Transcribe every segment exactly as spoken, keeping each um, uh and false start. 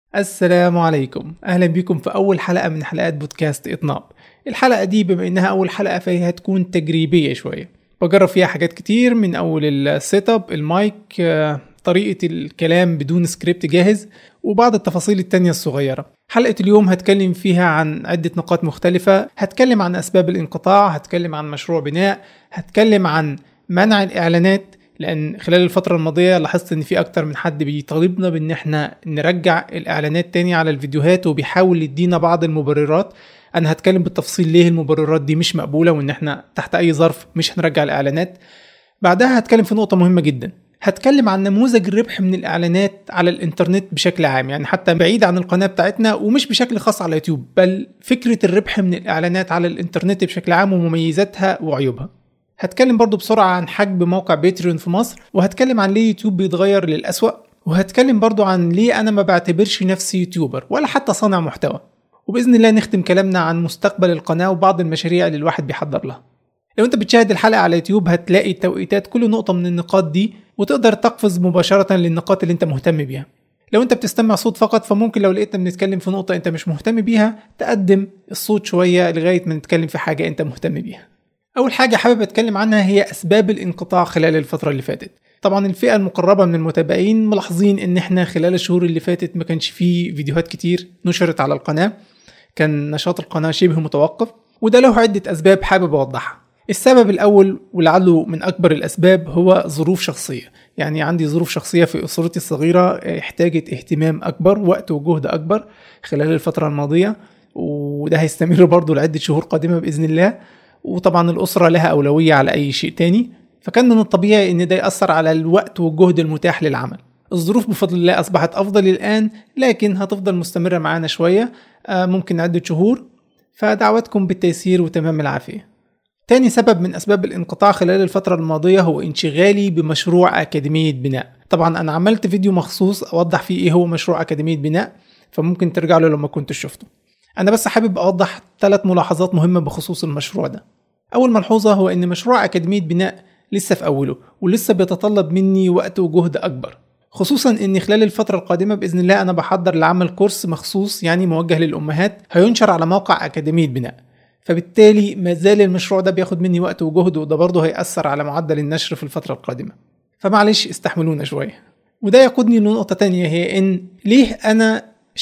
السلام عليكم، أهلا بكم في أول حلقة من حلقات بودكاست إطناب. الحلقة دي بما إنها أول حلقة فهي هتكون تجريبية شوية، بجرب فيها حاجات كتير من أول السيت اب، المايك، طريقة الكلام بدون سكريبت جاهز، وبعض التفاصيل التانية الصغيرة. حلقة اليوم هتكلم فيها عن عدة نقاط مختلفة، هتكلم عن أسباب الانقطاع، هتكلم عن مشروع بناء، هتكلم عن منع الإعلانات، لأن خلال الفترة الماضية لاحظت إن في أكتر من حد بيطالبنا بإن إحنا نرجع الإعلانات تاني على الفيديوهات، وبيحاول يدينا بعض المبررات. أنا هتكلم بالتفصيل ليه المبررات دي مش مقبولة، وإن إحنا تحت أي ظرف مش هنرجع الإعلانات. بعدها هتكلم في نقطة مهمة جدا، هتكلم عن نموذج الربح من الإعلانات على الإنترنت بشكل عام، يعني حتى بعيد عن القناة بتاعتنا ومش بشكل خاص على يوتيوب، بل فكرة الربح من الإعلانات على الإنترنت بشكل عام ومميزاتها وعيوبها. هتكلم برضو بسرعة عن حجم موقع باتريون في مصر، وهتكلم عن ليه يوتيوب بيتغير للأسوأ، وهتكلم برضو عن ليه أنا ما بعتبرش نفسي يوتيوبر ولا حتى صانع محتوى. وبإذن الله نختم كلامنا عن مستقبل القناة وبعض المشاريع اللي الواحد بيحضر لها. لو انت بتشاهد الحلقة على يوتيوب هتلاقي توقيتات كل نقطة من النقاط دي، وتقدر تقفز مباشرة للنقاط اللي انت مهتم بيها. لو انت بتستمع صوت فقط فممكن لو لقيتنا بنتكلم في نقطة انت مش مهتم بيها تقدم الصوت شوية لغاية ما نتكلم في حاجة انت مهتم بيها. أول حاجة حابب أتكلم عنها هي أسباب الانقطاع خلال الفترة اللي فاتت. طبعا الفئة المقربة من المتابعين ملاحظين إن إحنا خلال الشهور اللي فاتت ما كانش فيه فيديوهات كتير نشرت على القناة، كان نشاط القناة شبه متوقف، وده له عدة أسباب حابب أوضحها. السبب الأول ولعله من أكبر الأسباب هو ظروف شخصية، يعني عندي ظروف شخصية في أسرتي الصغيرة احتاجت اهتمام أكبر، وقت وجهد أكبر خلال الفترة الماضية، وده هيستمر برضو لعدة شهور قادمة بإذن الله. وطبعا الأسرة لها أولوية على أي شيء تاني، فكان من الطبيعي إن ده يأثر على الوقت والجهد المتاح للعمل. الظروف بفضل الله أصبحت أفضل الآن، لكن هتفضل مستمرة معانا شوية، ممكن عدة شهور، فدعواتكم بالتيسير وتمام العافية. تاني سبب من أسباب الانقطاع خلال الفترة الماضية هو انشغالي بمشروع أكاديمية بناء. طبعا أنا عملت فيديو مخصوص أوضح فيه إيه هو مشروع أكاديمية بناء، فممكن ترجع له لما كنت شفته. أنا بس حابب أوضح ثلاث ملاحظات مهمة بخصوص المشروع ده. أول ملحوظة هو إن مشروع أكاديمية بناء لسه في أوله، ولسه بيتطلب مني وقت وجهد أكبر، خصوصا إن خلال الفترة القادمة بإذن الله أنا بحضر لعمل كورس مخصوص يعني موجه للأمهات هينشر على موقع أكاديمية بناء، فبالتالي ما زال المشروع ده بياخد مني وقت وجهد، وده برضه هيأثر على معدل النشر في الفترة القادمة، فمعلش استحملونا شوية. وده يقودني لنقطة تانية، هي إن ليه أنا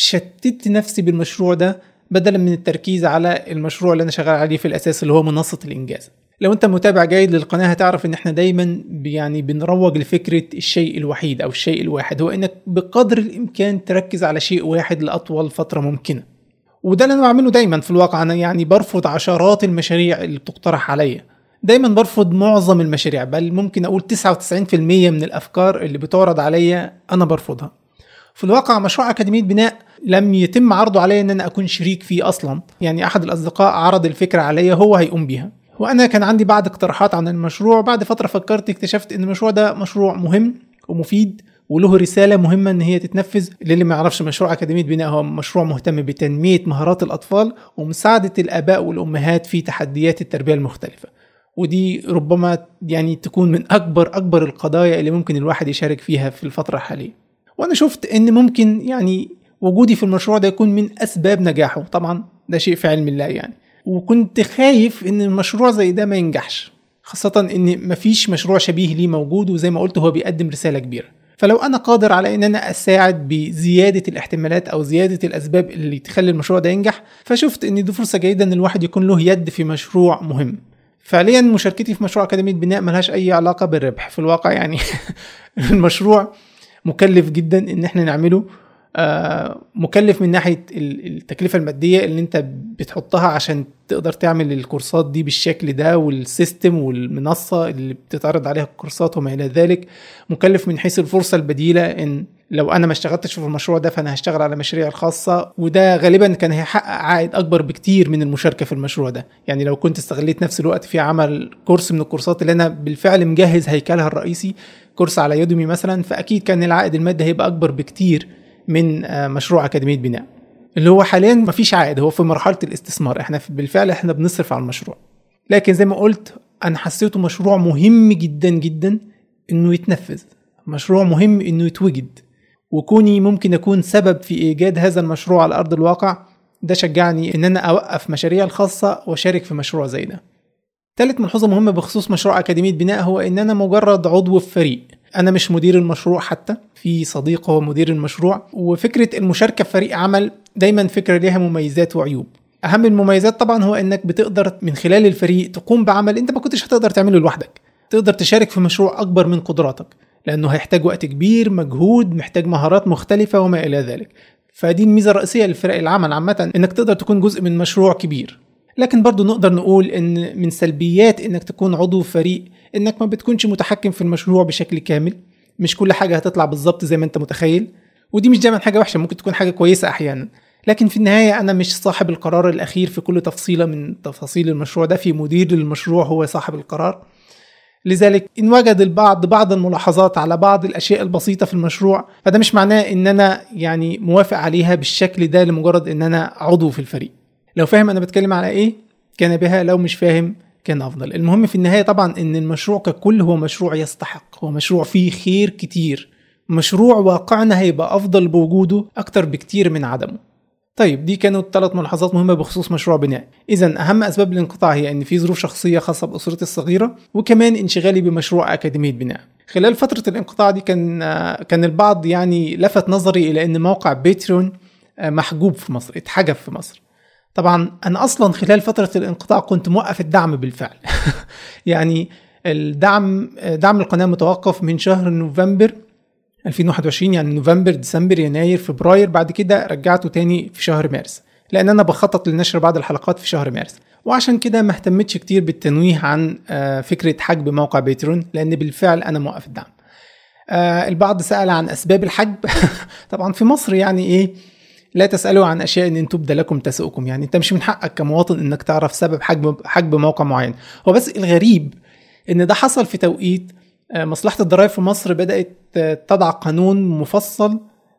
شتت نفسي بالمشروع ده بدلا من التركيز على المشروع اللي أنا شغال عليه في الأساس اللي هو منصة الإنجاز. لو أنت متابع جيد للقناة هتعرف إن إحنا دايما يعني بنروج لفكرة الشيء الوحيد أو الشيء الواحد، هو إنك بقدر الإمكان تركز على شيء واحد لأطول فترة ممكنة. وده اللي أنا بعمله دايما في الواقع. أنا يعني برفض عشرات المشاريع اللي بتقترح عليا، دايما برفض معظم المشاريع، بل ممكن أقول تسعة وتسعين بالمية من الأفكار اللي بتعرض عليا أنا برفضها. في الواقع مشروع أكاديمية بناء لم يتم عرضه عليا ان انا اكون شريك فيه اصلا، يعني احد الاصدقاء عرض الفكرة عليا هو هيقوم بيها، وانا كان عندي بعض اقتراحات عن المشروع. بعد فترة فكرت اكتشفت ان المشروع ده مشروع مهم ومفيد وله رسالة مهمة ان هي تتنفذ. للي ما يعرفش مشروع أكاديمية بناء هو مشروع مهتم بتنمية مهارات الأطفال ومساعدة الآباء والأمهات في تحديات التربية المختلفة، ودي ربما يعني تكون من أكبر أكبر القضايا اللي ممكن الواحد يشارك فيها في الفترة الحالية. وانا شفت ان ممكن يعني وجودي في المشروع ده يكون من اسباب نجاحه، طبعا ده شيء في علم الله يعني. وكنت خايف ان المشروع زي ده ما ينجحش، خاصة ان مفيش مشروع شبيه ليه موجود، وزي ما قلت هو بيقدم رسالة كبيرة. فلو انا قادر على ان انا اساعد بزيادة الاحتمالات او زيادة الاسباب اللي تخلي المشروع ده ينجح، فشفت ان دي فرصة جيدة ان الواحد يكون له يد في مشروع مهم. فعليا مشاركتي في مشروع أكاديمية بناء ملهاش اي علاقة بالربح في الواقع يعني. المشروع مكلف جدا ان احنا نعمله، آه مكلف من ناحية التكلفة المادية اللي انت بتحطها عشان تقدر تعمل الكورسات دي بالشكل ده، والسيستم والمنصة اللي بتتعرض عليها الكورسات وما الى ذلك. مكلف من حيث الفرصة البديلة، ان لو انا ما اشتغلتش في المشروع ده فانا هشتغل على مشاريع الخاصة، وده غالبا كان هيحقق عائد اكبر بكتير من المشاركة في المشروع ده. يعني لو كنت استغليت نفس الوقت في عمل كورس من الكورسات اللي انا بالفعل مجهز هيكلها الرئيسي، كورس على يوديمي مثلا، فاكيد كان العائد المادي هيبقى اكبر بكتير من مشروع أكاديمية بناء اللي هو حاليا مفيش عائد، هو في مرحلة الاستثمار. احنا بالفعل احنا بنصرف على المشروع، لكن زي ما قلت انا حسيته مشروع مهم جدا جدا انه يتنفذ، مشروع مهم انه يتوجد. وكوني ممكن أكون سبب في إيجاد هذا المشروع على أرض الواقع ده شجعني إن أنا أوقف مشاريع الخاصة وشارك في مشروع زي ده. ثالث ملحوظة مهمة بخصوص مشروع أكاديمية بناء هو إن أنا مجرد عضو في فريق، أنا مش مدير المشروع، حتى في صديق هو مدير المشروع. وفكرة المشاركة في فريق عمل دايما فكرة ليها مميزات وعيوب. أهم المميزات طبعا هو إنك بتقدر من خلال الفريق تقوم بعمل أنت ما كنتش هتقدر تعمله لوحدك، تقدر تشارك في مشروع أكبر من قدراتك لأنه هيحتاج وقت كبير، مجهود، محتاج مهارات مختلفة وما إلى ذلك. فدي الميزة الرئيسية لفرق العمل عامة، إنك تقدر تكون جزء من مشروع كبير. لكن برضو نقدر نقول إن من سلبيات إنك تكون عضو فريق إنك ما بتكونش متحكم في المشروع بشكل كامل، مش كل حاجة هتطلع بالظبط زي ما أنت متخيل، ودي مش دايما حاجة وحشة، ممكن تكون حاجة كويسة أحيانا. لكن في النهاية أنا مش صاحب القرار الأخير في كل تفصيلة من تفاصيل المشروع ده، في مدير للمشروع هو صاحب القرار. لذلك إن وجد البعض بعض الملاحظات على بعض الأشياء البسيطة في المشروع، فده مش معناه إن أنا يعني موافق عليها بالشكل ده لمجرد إن أنا عضو في الفريق. لو فاهم أنا بتكلم على إيه كان بها، لو مش فاهم كان أفضل. المهم في النهاية طبعا إن المشروع ككل هو مشروع يستحق، هو مشروع فيه خير كتير، مشروع واقعنا هيبقى أفضل بوجوده أكتر بكتير من عدمه. طيب دي كانوا ثلاث ملاحظات مهمة بخصوص مشروع بناء. إذن أهم أسباب الانقطاع هي إن في ظروف شخصية خاصة بأسرتي الصغيرة، وكمان انشغالي بمشروع أكاديمية بناء. خلال فترة الانقطاع دي كان كان البعض يعني لفت نظري إلى إن موقع باتريون محجوب في مصر، اتحجب في مصر. طبعا أنا أصلا خلال فترة الانقطاع كنت موقف الدعم بالفعل يعني الدعم دعم القناة متوقف من شهر نوفمبر ألفين وواحد وعشرين، يعني نوفمبر، ديسمبر، يناير، فبراير. بعد كده رجعته تاني في شهر مارس، لأن أنا بخطط لنشر بعض الحلقات في شهر مارس، وعشان كده ما اهتمتش كتير بالتنويه عن فكرة حجب موقع باتريون، لأن بالفعل أنا موقف الدعم. البعض سأل عن أسباب الحجب طبعا في مصر يعني إيه، لا تسألوا عن أشياء إن تبدى لكم تسؤكم. يعني أنت مش من حقك كمواطن إنك تعرف سبب حجب حجب موقع معين. هو بس الغريب إن ده حصل في توقيت مصلحة الضرائب في مصر بدأت تضع قانون مفصل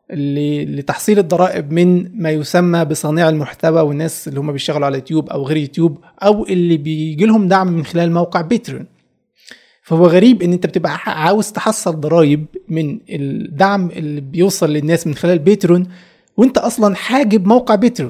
لتحصيل الضرائب من ما يسمى بصانع المحتوى والناس اللي هم بيشتغلوا على يوتيوب أو غير يوتيوب أو اللي بيجي لهم دعم من خلال موقع باتريون. فهو غريب إن أنت بتبقى عاوز تحصل ضرائب من الدعم اللي بيوصل للناس من خلال باتريون وانت اصلا حاجب موقع باتريون.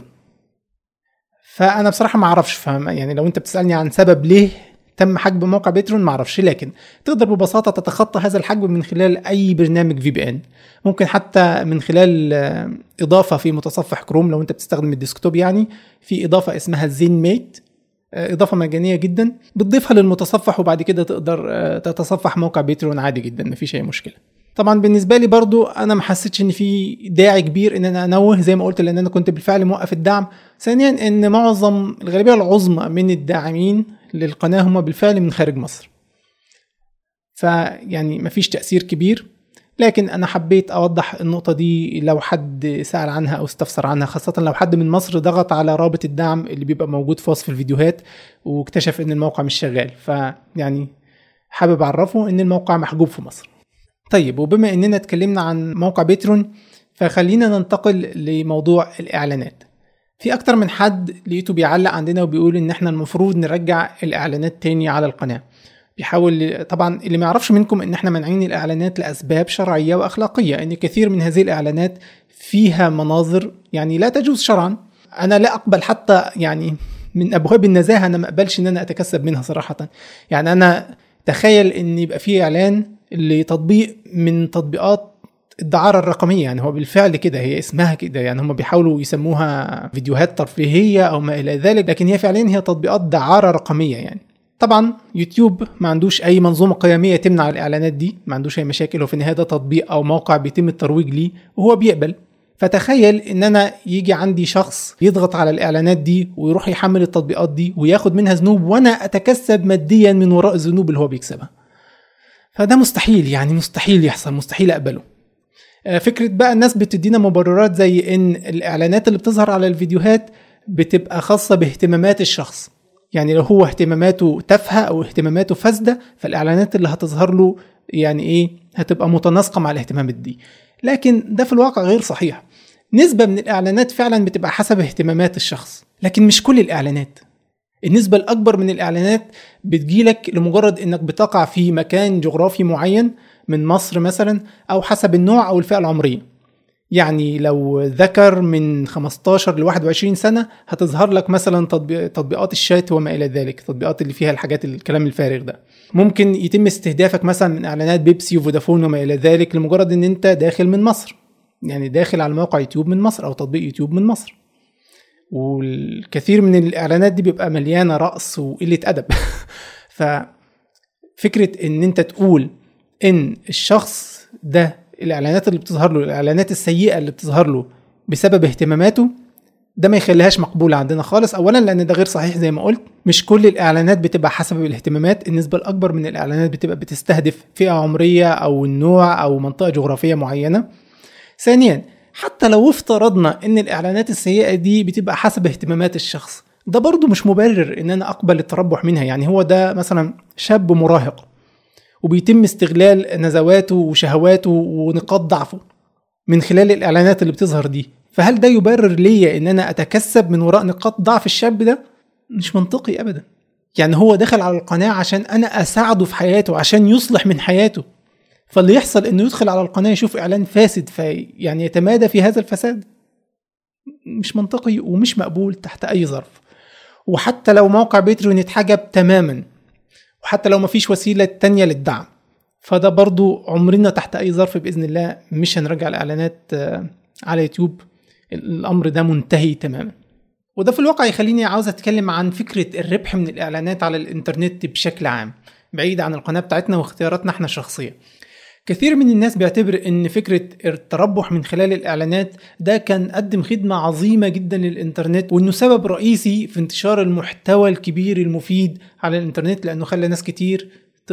فانا بصراحه ما اعرفش، فاهم يعني لو انت بتسالني عن سبب ليه تم حجب موقع باتريون ما اعرفش، لكن تقدر ببساطه تتخطى هذا الحجب من خلال اي برنامج في بي ان، ممكن حتى من خلال اضافه في متصفح كروم لو انت بتستخدم الديسكتوب. يعني في اضافه اسمها زين ميت، اضافه مجانيه جدا، بتضيفها للمتصفح وبعد كده تقدر تتصفح موقع باتريون عادي جدا، مفيش اي مشكله. طبعا بالنسبه لي برضو انا ما حسيتش ان في داعي كبير ان انا انوه زي ما قلت، لان انا كنت بالفعل موقف الدعم. ثانيا ان معظم الغالبيه العظمى من الداعمين للقناه هم بالفعل من خارج مصر، فيعني ما فيش تاثير كبير. لكن انا حبيت اوضح النقطه دي لو حد سال عنها او استفسر عنها، خاصه لو حد من مصر ضغط على رابط الدعم اللي بيبقى موجود في وصف الفيديوهات واكتشف ان الموقع مش شغال، فيعني حابب اعرفه ان الموقع محجوب في مصر. طيب وبما اننا اتكلمنا عن موقع باتريون فخلينا ننتقل لموضوع الاعلانات. في اكتر من حد لقيته بيعلق عندنا وبيقول ان احنا المفروض نرجع الاعلانات تاني على القناة. بيحاول طبعا اللي ما يعرفش منكم ان احنا منعين الاعلانات لاسباب شرعية واخلاقية، ان كثير من هذه الاعلانات فيها مناظر يعني لا تجوز شرعا. انا لا اقبل حتى يعني من ابواب النزاهة، انا ما اقبلش ان انا اتكسب منها صراحة. يعني انا تخيل ان يبقى فيه اعلان لتطبيق من تطبيقات الدعارة الرقمية، يعني هو بالفعل كده هي اسمها كده، يعني هم بيحاولوا يسموها فيديوهات ترفيهية أو ما إلى ذلك، لكن هي فعليا هي تطبيقات دعارة رقمية. يعني طبعا يوتيوب ما عندوش أي منظومة قيمية تمنع الإعلانات دي، ما عندوش أي مشاكل، وفي النهاية ده تطبيق أو موقع بيتم الترويج ليه وهو بيقبل. فتخيل ان انا يجي عندي شخص يضغط على الاعلانات دي ويروح يحمل التطبيقات دي وياخد منها ذنوب، وانا اتكسب ماديا من وراء الذنوب اللي هو بيكسبها. فده مستحيل، يعني مستحيل يحصل، مستحيل اقبله. فكرة بقى الناس بتدينا مبررات زي ان الاعلانات اللي بتظهر على الفيديوهات بتبقى خاصة باهتمامات الشخص، يعني لو هو اهتماماته تافهة او اهتماماته فاسدة فالاعلانات اللي هتظهر له يعني ايه هتبقى متناسقة مع الاهتمامات دي. لكن ده في الواقع غير صحيح. نسبة من الاعلانات فعلا بتبقى حسب اهتمامات الشخص، لكن مش كل الاعلانات. النسبة الأكبر من الإعلانات بتجيلك لمجرد إنك بتقع في مكان جغرافي معين من مصر مثلا، أو حسب النوع أو الفئة العمرية. يعني لو ذكر من خمستاشر ل واحد وعشرين سنة هتظهر لك مثلا تطبيق تطبيقات الشات وما إلى ذلك، تطبيقات اللي فيها الحاجات الكلام الفارغ ده. ممكن يتم استهدافك مثلا من إعلانات بيبسي وفودافون وما إلى ذلك لمجرد إن أنت داخل من مصر، يعني داخل على موقع يوتيوب من مصر أو تطبيق يوتيوب من مصر. والكثير من الإعلانات دي بيبقى مليانة رقص وقلة أدب. ففكرة إن أنت تقول إن الشخص ده الإعلانات اللي بتظهر له، الإعلانات السيئة اللي بتظهر له بسبب اهتماماته، ده ما يخليهاش مقبولة عندنا خالص. أولا لأن ده غير صحيح زي ما قلت، مش كل الإعلانات بتبقى حسب الاهتمامات، النسبة الأكبر من الإعلانات بتبقى بتستهدف فئة عمرية أو النوع أو منطقة جغرافية معينة. ثانيا حتى لو افترضنا إن الإعلانات السيئة دي بتبقى حسب اهتمامات الشخص، ده برضو مش مبرر إن أنا أقبل التربح منها. يعني هو ده مثلا شاب مراهق وبيتم استغلال نزواته وشهواته ونقاط ضعفه من خلال الإعلانات اللي بتظهر دي، فهل ده يبرر ليا إن أنا أتكسب من وراء نقاط ضعف الشاب ده؟ مش منطقي أبدا. يعني هو دخل على القناة عشان أنا أساعده في حياته، عشان يصلح من حياته، فاللي يحصل إنه يدخل على القناة يشوف إعلان فاسد في يعني يتمادى في هذا الفساد. مش منطقي ومش مقبول تحت أي ظرف. وحتى لو موقع بيتريون يتحجب تماما، وحتى لو مفيش وسيلة تانية للدعم، فده برضو عمرنا تحت أي ظرف بإذن الله مش هنرجع الإعلانات على يوتيوب. الأمر ده منتهي تماما. وده في الواقع يخليني عاوز أتكلم عن فكرة الربح من الإعلانات على الإنترنت بشكل عام، بعيد عن القناة بتاعتنا واختياراتنا احنا الشخصية. كثير من الناس بيعتبر ان فكرة التربح من خلال الاعلانات ده كان قدم خدمة عظيمة جدا للانترنت، وانه سبب رئيسي في انتشار المحتوى الكبير المفيد على الانترنت، لانه خلى ناس كتير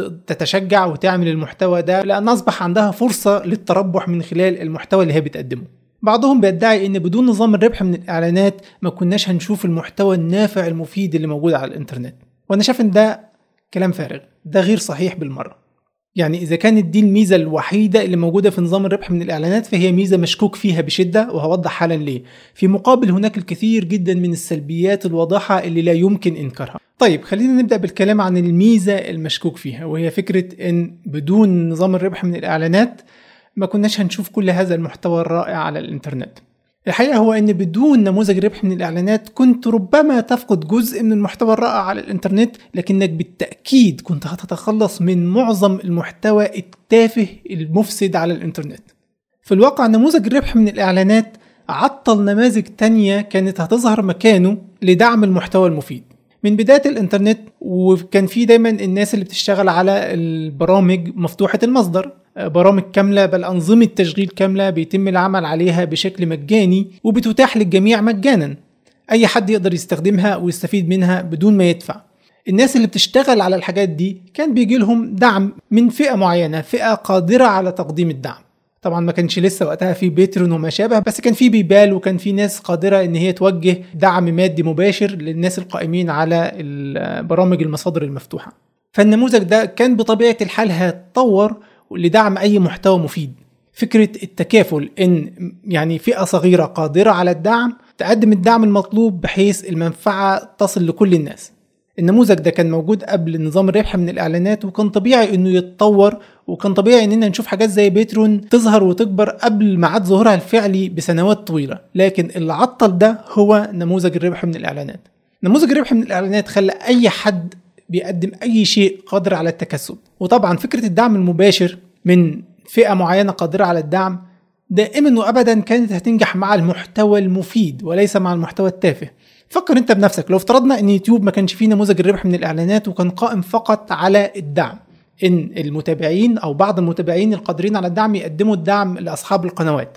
تتشجع وتعمل المحتوى ده، لان اصبح عندها فرصة للتربح من خلال المحتوى اللي هي بتقدمه. بعضهم بيدعي ان بدون نظام الربح من الاعلانات ما كناش هنشوف المحتوى النافع المفيد اللي موجود على الانترنت، وانا شايف ان ده كلام فارغ، ده غير صحيح بالمرة. يعني إذا كانت دي الميزة الوحيدة اللي موجودة في نظام الربح من الإعلانات فهي ميزة مشكوك فيها بشدة، وهوضح حالا ليه. في مقابل هناك الكثير جدا من السلبيات الواضحة اللي لا يمكن إنكارها. طيب خلينا نبدأ بالكلام عن الميزة المشكوك فيها، وهي فكرة إن بدون نظام الربح من الإعلانات ما كناش هنشوف كل هذا المحتوى الرائع على الإنترنت. الحقيقة هو أن بدون نموذج ربح من الإعلانات كنت ربما تفقد جزء من المحتوى الرائع على الإنترنت، لكنك بالتأكيد كنت هتتخلص من معظم المحتوى التافه المفسد على الإنترنت. في الواقع نموذج الربح من الإعلانات عطل نماذج تانية كانت هتظهر مكانه لدعم المحتوى المفيد من بداية الإنترنت. وكان في دايما الناس اللي بتشتغل على البرامج مفتوحة المصدر، برامج كاملة بل أنظمة تشغيل كاملة بيتم العمل عليها بشكل مجاني وبتتاح للجميع مجانا، أي حد يقدر يستخدمها ويستفيد منها بدون ما يدفع. الناس اللي بتشتغل على الحاجات دي كان بيجي لهم دعم من فئة معينة، فئة قادرة على تقديم الدعم. طبعا ما كانش لسه وقتها في بيترون وما شابه، بس كان في بيبال وكان في ناس قادرة ان هي توجه دعم مادي مباشر للناس القائمين على البرامج المصادر المفتوحة. فالنموذج ده كان بطبيعة الحال هيتطور لدعم اي محتوى مفيد. فكرة التكافل، ان يعني فئة صغيرة قادرة على الدعم تقدم الدعم المطلوب بحيث المنفعة تصل لكل الناس. النموذج ده كان موجود قبل نظام الربح من الإعلانات، وكان طبيعي إنه يتطور، وكان طبيعي إننا نشوف حاجات زي بيترون تظهر وتكبر قبل ميعاد ظهورها الفعلي بسنوات طويلة. لكن اللي عطل ده هو نموذج الربح من الإعلانات. نموذج الربح من الإعلانات خلى أي حد بيقدم أي شيء قادر على التكسب. وطبعا فكرة الدعم المباشر من فئة معينة قادرة على الدعم دائما وأبدا كانت هتنجح مع المحتوى المفيد وليس مع المحتوى التافه. فكر انت بنفسك، لو افترضنا ان يوتيوب ما كانش فيه نموذج الربح من الاعلانات وكان قائم فقط على الدعم، ان المتابعين او بعض المتابعين القادرين على الدعم يقدموا الدعم لاصحاب القنوات،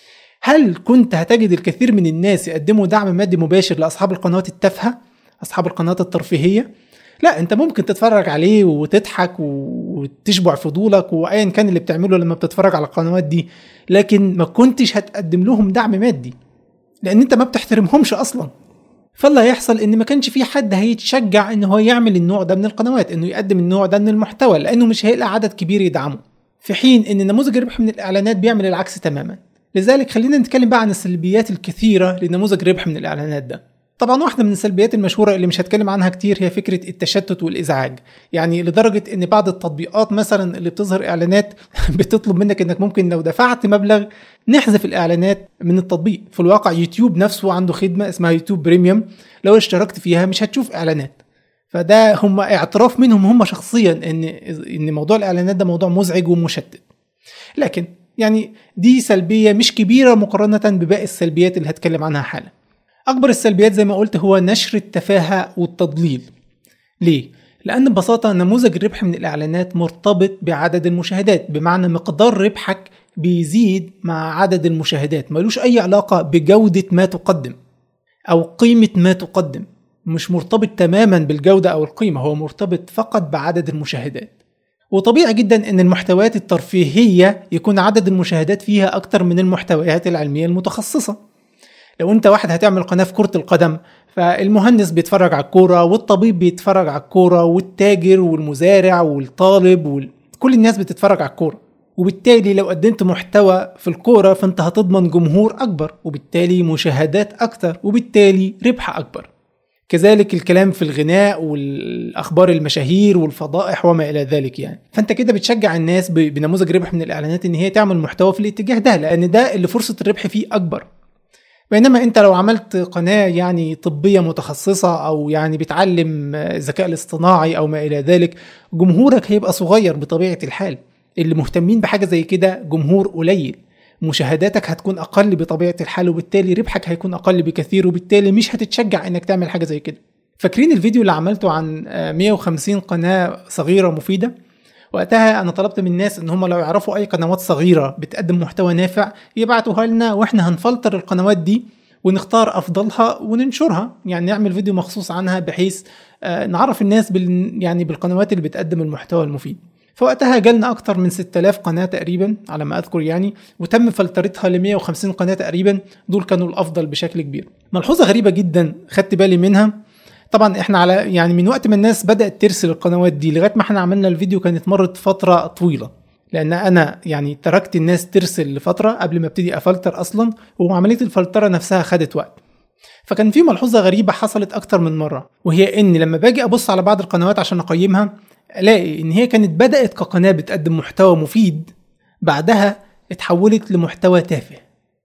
هل كنت هتجد الكثير من الناس يقدموا دعم مادي مباشر لاصحاب القنوات التافهه، اصحاب القنوات الترفيهيه؟ لا، انت ممكن تتفرج عليه وتضحك وتشبع فضولك وايا كان اللي بتعمله لما بتتفرج على القنوات دي، لكن ما كنتش هتقدم لهم دعم مادي لان انت ما بتحترمهمش اصلا. فاللي هيحصل ان ما كانش في حد هيتشجع ان هو يعمل النوع ده من القنوات، انه يقدم النوع ده من المحتوى، لانه مش هيلاقي عدد كبير يدعمه. في حين ان نموذج الربح من الاعلانات بيعمل العكس تماما. لذلك خلينا نتكلم بقى عن السلبيات الكثيرة لنموذج الربح من الاعلانات ده. طبعا واحدة من السلبيات المشهورة اللي مش هتكلم عنها كتير هي فكرة التشتت والإزعاج، يعني لدرجة ان بعض التطبيقات مثلا اللي بتظهر اعلانات بتطلب منك انك ممكن لو دفعت مبلغ نحذف الاعلانات من التطبيق. في الواقع يوتيوب نفسه عنده خدمة اسمها يوتيوب بريميوم، لو اشتركت فيها مش هتشوف اعلانات. فده هم اعتراف منهم هم شخصيا ان ان موضوع الاعلانات ده موضوع مزعج ومشتت. لكن يعني دي سلبية مش كبيرة مقارنة بباقي السلبيات اللي هتكلم عنها حالا. أكبر السلبيات زي ما قلت هو نشر التفاهة والتضليل. ليه؟ لأن ببساطة نموذج الربح من الإعلانات مرتبط بعدد المشاهدات، بمعنى مقدار ربحك بيزيد مع عدد المشاهدات، ملوش أي علاقة بجودة ما تقدم أو قيمة ما تقدم، مش مرتبط تماما بالجودة أو القيمة، هو مرتبط فقط بعدد المشاهدات. وطبيعي جدا ان المحتويات الترفيهية يكون عدد المشاهدات فيها اكتر من المحتويات العلمية المتخصصة. لو انت واحد هتعمل قناة في كرة القدم، فالمهندس بيتفرج على الكورة، والطبيب بيتفرج على الكورة، والتاجر والمزارع والطالب وكل وال... الناس بتتفرج على الكورة، وبالتالي لو قدمت محتوى في الكورة فانت هتضمن جمهور اكبر، وبالتالي مشاهدات اكتر، وبالتالي ربح اكبر. كذلك الكلام في الغناء والأخبار المشاهير والفضائح وما إلى ذلك يعني. فأنت كده بتشجع الناس بنموذج ربح من الإعلانات إن هي تعمل محتوى في الاتجاه ده، لأن ده اللي فرصة الربح فيه أكبر. بينما أنت لو عملت قناة يعني طبية متخصصة أو يعني بتعلم الذكاء الاصطناعي أو ما إلى ذلك، جمهورك هيبقى صغير بطبيعة الحال. اللي مهتمين بحاجة زي كده جمهور قليل، مشاهداتك هتكون أقل بطبيعة الحال، وبالتالي ربحك هيكون أقل بكثير، وبالتالي مش هتتشجع إنك تعمل حاجة زي كده. فاكرين الفيديو اللي عملته عن مية وخمسين قناة صغيرة مفيدة؟ وقتها أنا طلبت من الناس إن هم لو يعرفوا أي قنوات صغيرة بتقدم محتوى نافع يبعتوها لنا، وإحنا هنفلتر القنوات دي ونختار أفضلها وننشرها، يعني نعمل فيديو مخصوص عنها بحيث نعرف الناس بال يعني بالقنوات اللي بتقدم المحتوى المفيد. فوقتها جالنا أكتر من ستة آلاف قناة تقريبا على ما أذكر يعني، وتم فلترتها ل مية وخمسين قناة تقريبا، دول كانوا الأفضل بشكل كبير. ملحوظة غريبة جدا خدت بالي منها، طبعا احنا على يعني من وقت ما الناس بدأت ترسل القنوات دي لغاية ما احنا عملنا الفيديو كانت مرت فترة طويلة، لأن أنا يعني تركت الناس ترسل لفترة قبل ما ابتدي أفلتر أصلا، وعملية الفلترة نفسها خدت وقت. فكان في ملحوظة غريبة حصلت أكتر من مرة، وهي إن لما باجي أبص على بعض القنوات عشان أقيمها الاقي ان هي كانت بدأت كقناة بتقدم محتوى مفيد، بعدها اتحولت لمحتوى تافه.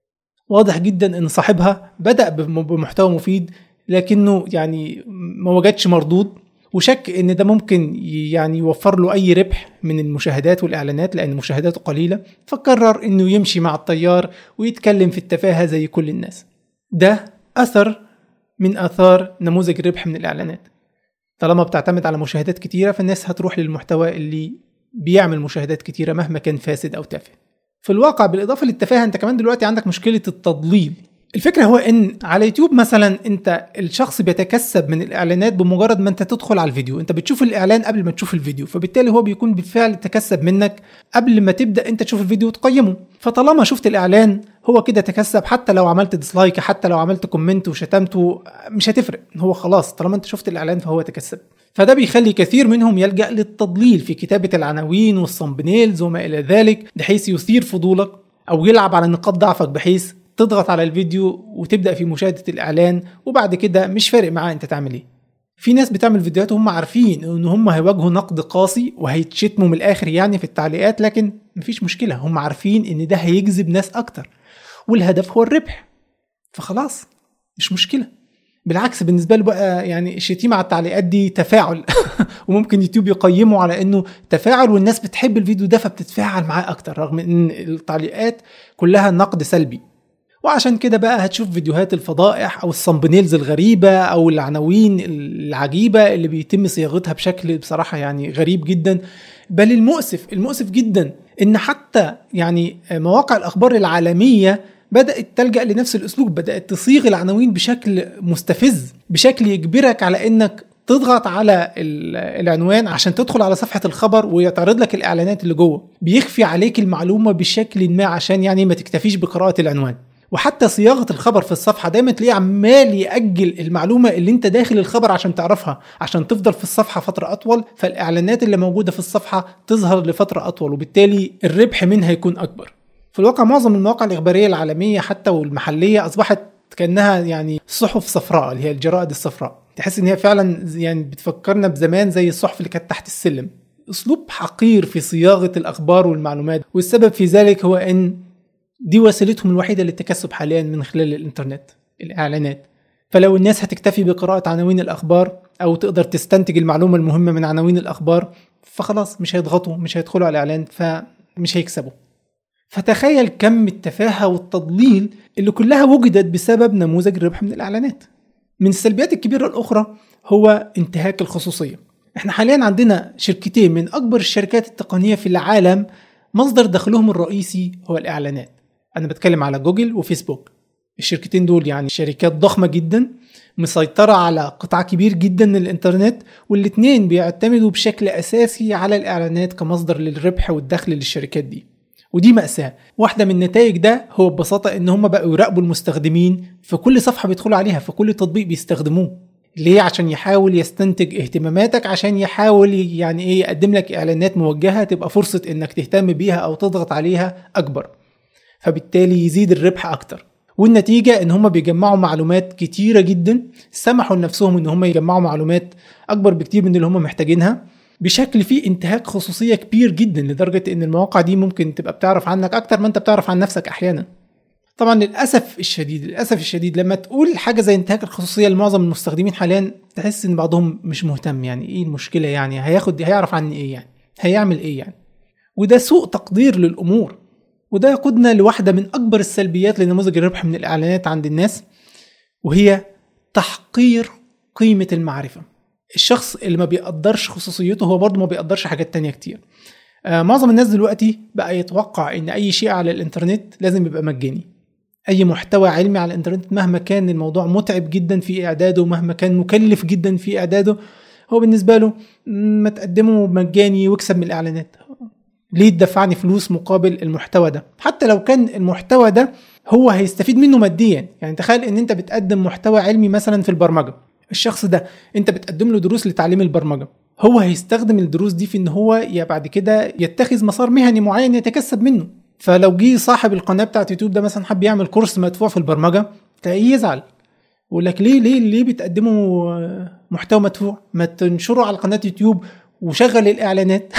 واضح جدا ان صاحبها بدأ بمحتوى مفيد لكنه يعني ما وجدش مردود، وشك ان ده ممكن يعني يوفر له اي ربح من المشاهدات والاعلانات لان مشاهداته قليلة، فقرر انه يمشي مع التيار ويتكلم في التفاهة زي كل الناس. ده اثر من اثار نموذج الربح من الاعلانات. طالما بتعتمد على مشاهدات كتيرة فالناس هتروح للمحتوى اللي بيعمل مشاهدات كتيرة مهما كان فاسد أو تافه. في الواقع بالإضافة للتفاهة أنت كمان دلوقتي عندك مشكلة التضليل. الفكرة هو إن على يوتيوب مثلا أنت الشخص بيتكسب من الإعلانات بمجرد ما أنت تدخل على الفيديو، أنت بتشوف الإعلان قبل ما تشوف الفيديو، فبالتالي هو بيكون بالفعل تكسب منك قبل ما تبدأ أنت تشوف الفيديو وتقيمه. فطالما شفت الإعلان هو كده تكسب، حتى لو عملت ديسلايك، حتى لو عملت كومنت وشتمته مش هتفرق، هو خلاص طالما أنت شفت الإعلان فهو تكسب. فده بيخلي كثير منهم يلجأ للتضليل في كتابة العناوين والصمبنيلز وما إلى ذلك، بحيث يثير فضولك أو يلعب على نقاط ضعفك بحيث تضغط على الفيديو وتبدأ في مشاهدة الإعلان، وبعد كده مش فارق معاه أنت تعمل إيه. في ناس بتعمل فيديوهات وهم عارفين إن هم هيواجهوا نقد قاسي وهيتشتموا من الآخر يعني في التعليقات، لكن مفيش مشكلة، هم عارفين إن ده هيجذب ناس أكتر والهدف هو الربح، فخلاص مش مشكلة. بالعكس بالنسبة له بقى يعني الشتيمة على التعليقات دي تفاعل وممكن يوتيوب يقيمه على انه تفاعل والناس بتحب الفيديو ده فبتتفاعل معاه اكتر، رغم ان التعليقات كلها نقد سلبي. وعشان كده بقى هتشوف فيديوهات الفضائح او الصمبنيلز الغريبة او العناوين العجيبة اللي بيتم صياغتها بشكل بصراحة يعني غريب جدا. بل المؤسف المؤسف جدا ان حتى يعني مواقع الاخبار العالمية بدأت تلجأ لنفس الأسلوب، بدأت تصيغ العناوين بشكل مستفز، بشكل يجبرك على إنك تضغط على العنوان عشان تدخل على صفحة الخبر ويتعرض لك الإعلانات اللي جوه، بيخفي عليك المعلومة بشكل ما عشان يعني ما تكتفيش بقراءة العنوان. وحتى صياغة الخبر في الصفحة دايما تلاقيه عمال يأجل المعلومة اللي انت داخل الخبر عشان تعرفها، عشان تفضل في الصفحة فترة أطول، فالإعلانات اللي موجودة في الصفحة تظهر لفترة أطول، وبالتالي الربح منها يكون أكبر. في الواقع معظم المواقع الإخبارية العالمية حتى والمحلية أصبحت كأنها يعني صحف صفراء اللي هي الجرائد الصفراء. تحس ان هي فعلا يعني بتفكرنا بزمان زي الصحف اللي كانت تحت السلم. اسلوب حقير في صياغة الاخبار والمعلومات، والسبب في ذلك هو ان دي وسيلتهم الوحيدة للتكسب حاليا من خلال الانترنت، الاعلانات. فلو الناس هتكتفي بقراءة عناوين الاخبار او تقدر تستنتج المعلومة المهمة من عناوين الاخبار، فخلاص مش هيضغطوا، مش هيدخلوا على الاعلان، فمش هيكسبوا. فتخيل كم التفاهة والتضليل اللي كلها وجدت بسبب نموذج الربح من الاعلانات. من السلبيات الكبيرة الاخرى هو انتهاك الخصوصية. احنا حاليا عندنا شركتين من اكبر الشركات التقنية في العالم مصدر دخلهم الرئيسي هو الاعلانات. انا بتكلم على جوجل وفيسبوك. الشركتين دول يعني شركات ضخمة جدا مسيطرة على قطاع كبير جدا من الانترنت، والاتنين بيعتمدوا بشكل اساسي على الاعلانات كمصدر للربح والدخل للشركات دي. ودي مأساة. واحدة من النتائج ده هو ببساطة ان هم بقوا يراقبوا المستخدمين في كل صفحة بيدخلوا عليها، في كل تطبيق بيستخدموه. ليه؟ عشان يحاول يستنتج اهتماماتك، عشان يحاول يعني ايه يقدم لك اعلانات موجهة تبقى فرصة انك تهتم بيها او تضغط عليها اكبر، فبالتالي يزيد الربح اكتر. والنتيجة ان هم بيجمعوا معلومات كتيرة جدا، سمحوا لنفسهم ان هم يجمعوا معلومات اكبر بكتير من اللي هم محتاجينها، بشكل فيه انتهاك خصوصية كبير جدا، لدرجة ان المواقع دي ممكن تبقى بتعرف عنك اكتر ما انت بتعرف عن نفسك احيانا. طبعا للأسف الشديد للأسف الشديد لما تقول حاجة زي انتهاك الخصوصية لمعظم المستخدمين حاليا، تحس ان بعضهم مش مهتم. يعني ايه المشكلة؟ يعني هياخد هيعرف عني ايه؟ يعني هيعمل ايه يعني؟ وده سوء تقدير للأمور. وده يقودنا لواحدة من أكبر السلبيات لنموذج الربح من الإعلانات عند الناس، وهي تحقير قيمة المعرفة. الشخص اللي ما بيقدرش خصوصيته هو برضه ما بيقدرش حاجات تانية كتير. آه معظم الناس دلوقتي بقى يتوقع ان اي شيء على الانترنت لازم يبقى مجاني. اي محتوى علمي على الانترنت مهما كان الموضوع متعب جدا في اعداده، مهما كان مكلف جدا في اعداده، هو بالنسبة له ما تقدمه مجاني واكسب من الاعلانات. ليه تدفعني فلوس مقابل المحتوى ده؟ حتى لو كان المحتوى ده هو هيستفيد منه ماديا. يعني تخيل ان انت بتقدم محتوى علمي مثلا في البرمجة، الشخص ده انت بتقدم له دروس لتعليم البرمجة، هو هيستخدم الدروس دي في ان هو يا بعد كده يتخذ مسار مهني معين يتكسب منه. فلو جه صاحب القناة بتاعت يوتيوب ده مثلا حب يعمل كورس مدفوع في البرمجة، تلاقيه يزعل يقول لك ليه ليه ليه بتقدموا محتوى مدفوع؟ ما تنشروا على قناة يوتيوب وشغل الاعلانات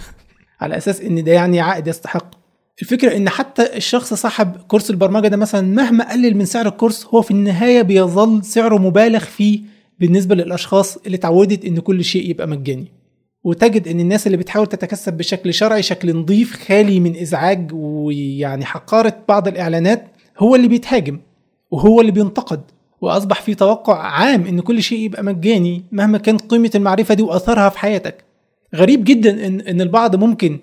على اساس ان ده يعني عائد يستحق. الفكرة ان حتى الشخص صاحب كورس البرمجة ده مثلا مهما قلل من سعر الكورس، هو في النهاية بيظل سعره مبالغ فيه بالنسبة للاشخاص اللي اتعودت ان كل شيء يبقى مجاني. وتجد ان الناس اللي بتحاول تتكسب بشكل شرعي، شكل نظيف خالي من ازعاج ويعني حقارة بعض الاعلانات، هو اللي بيتهاجم وهو اللي بينتقد. واصبح في توقع عام ان كل شيء يبقى مجاني مهما كان قيمة المعرفة دي واثرها في حياتك. غريب جدا ان ان البعض ممكن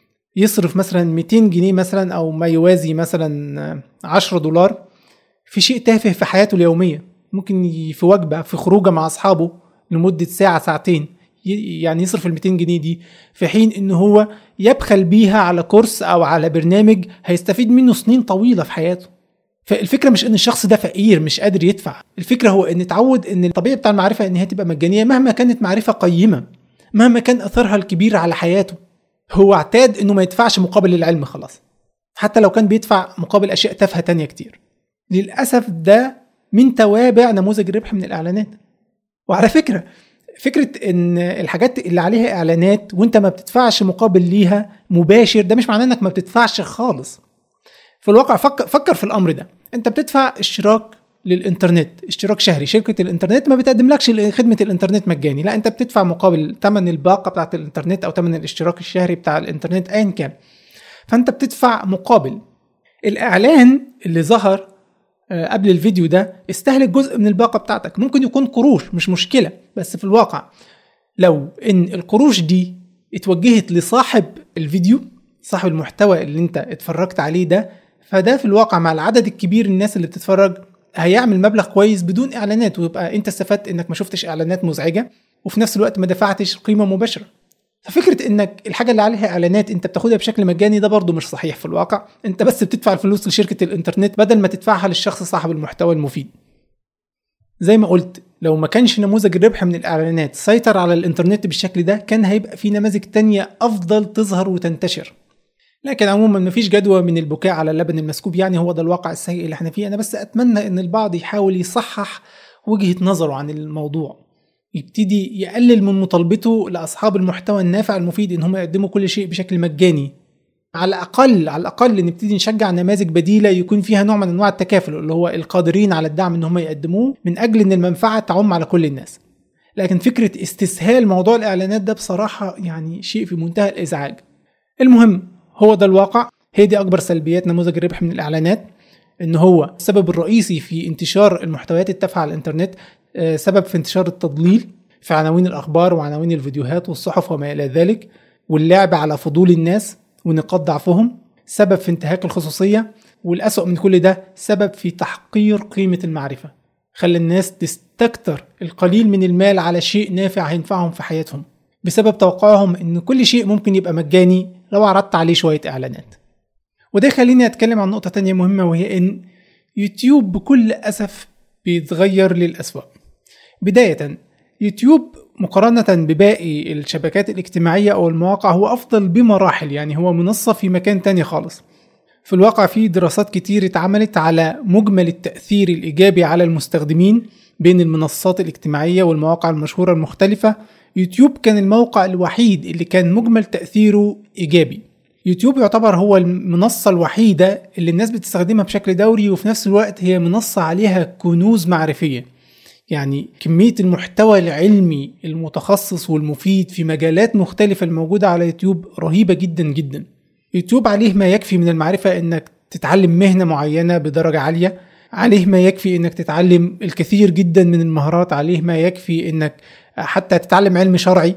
يصرف مثلا مئتين جنيه مثلا او ما يوازي مثلا عشرة دولار في شيء تافه في حياته اليومية. ممكن في وجبة، في خروجة مع اصحابه لمدة ساعة ساعتين، يعني يصرف ال مئتين جنيه دي، في حين انه هو يبخل بيها على كورس او على برنامج هيستفيد منه سنين طويلة في حياته. فالفكرة مش ان الشخص ده فقير مش قادر يدفع، الفكرة هو ان اتعود ان الطبيعي بتاع المعرفة ان هي تبقى مجانية مهما كانت معرفة قيمة، مهما كان اثرها الكبير على حياته. هو اعتاد انه ما يدفعش مقابل العلم خلاص، حتى لو كان بيدفع مقابل اشياء تافهة تانية كتير. للأسف ده من توابع نموذج الربح من الاعلانات. وعلى فكرة فكرة ان الحاجات اللي عليها اعلانات وانت ما بتدفعش مقابل ليها مباشر، ده مش معناه انك ما بتدفعش خالص. في الواقع فكر, فكر في الامر ده. انت بتدفع اشتراك للانترنت، اشتراك شهري. شركة الانترنت ما بتقدملكش خدمة الانترنت مجاني، لا انت بتدفع مقابل ثمن الباقة بتاعت الانترنت او ثمن الاشتراك الشهري بتاع الانترنت ايا كان. فانت بتدفع مقابل. الاعلان اللي ظهر قبل الفيديو ده استهلك جزء من الباقة بتاعتك، ممكن يكون قروش مش مشكلة، بس في الواقع لو ان القروش دي اتوجهت لصاحب الفيديو، صاحب المحتوى اللي انت اتفرجت عليه ده، فده في الواقع مع العدد الكبير الناس اللي بتتفرج هيعمل مبلغ كويس بدون اعلانات، ويبقى انت استفدت انك ما شفتش اعلانات مزعجة وفي نفس الوقت ما دفعتش قيمة مباشرة. ففكرة انك الحاجة اللي عليها اعلانات انت بتاخدها بشكل مجاني ده برضو مش صحيح في الواقع. انت بس بتدفع الفلوس لشركة الانترنت بدل ما تدفعها للشخص صاحب المحتوى المفيد. زي ما قلت، لو ما كانش نموذج الربح من الاعلانات سيطر على الانترنت بالشكل ده، كان هيبقى في نماذج تانية افضل تظهر وتنتشر. لكن عموما مفيش جدوى من البكاء على اللبن المسكوب، يعني هو ده الواقع السيء اللي احنا فيه. انا بس اتمنى ان البعض يحاول يصحح وجهة نظره عن الموضوع، يبتدي يقلل من مطالبته لاصحاب المحتوى النافع المفيد ان هم يقدموا كل شيء بشكل مجاني. على الاقل على الاقل نبتدي نشجع نماذج بديله يكون فيها نوع من انواع التكافل، اللي هو القادرين على الدعم ان هم يقدموه من اجل ان المنفعه تعم على كل الناس. لكن فكره استسهال موضوع الاعلانات ده بصراحه يعني شيء في منتهى الازعاج. المهم هو ده الواقع، هي دي اكبر سلبيات نموذج الربح من الاعلانات، ان هو السبب الرئيسي في انتشار المحتويات التافهه على الانترنت، سبب في انتشار التضليل في عناوين الاخبار وعناوين الفيديوهات والصحف وما الى ذلك، واللعب على فضول الناس ونقاط ضعفهم، سبب في انتهاك الخصوصيه، والأسوأ من كل ده سبب في تحقير قيمه المعرفه، خلى الناس تستكتر القليل من المال على شيء نافع هينفعهم في حياتهم بسبب توقعهم ان كل شيء ممكن يبقى مجاني لو عرضت عليه شويه اعلانات. وده خليني اتكلم عن نقطه تانية مهمه، وهي ان يوتيوب بكل اسف بيتغير للأسوأ. بدايه يوتيوب مقارنة بباقي الشبكات الاجتماعية أو المواقع هو أفضل بمراحل، يعني هو منصة في مكان تاني خالص. في الواقع في دراسات كتير اتعملت على مجمل التأثير الإيجابي على المستخدمين بين المنصات الاجتماعية والمواقع المشهورة المختلفة. يوتيوب كان الموقع الوحيد اللي كان مجمل تأثيره إيجابي. يوتيوب يعتبر هو المنصة الوحيدة اللي الناس بتستخدمها بشكل دوري، وفي نفس الوقت هي منصة عليها كنوز معرفية، يعني كمية المحتوى العلمي المتخصص والمفيد في مجالات مختلفة الموجودة على يوتيوب رهيبة جدا جدا. يوتيوب عليه ما يكفي من المعرفة انك تتعلم مهنة معينة بدرجة عالية، عليه ما يكفي انك تتعلم الكثير جدا من المهارات، عليه ما يكفي انك حتى تتعلم علم شرعي،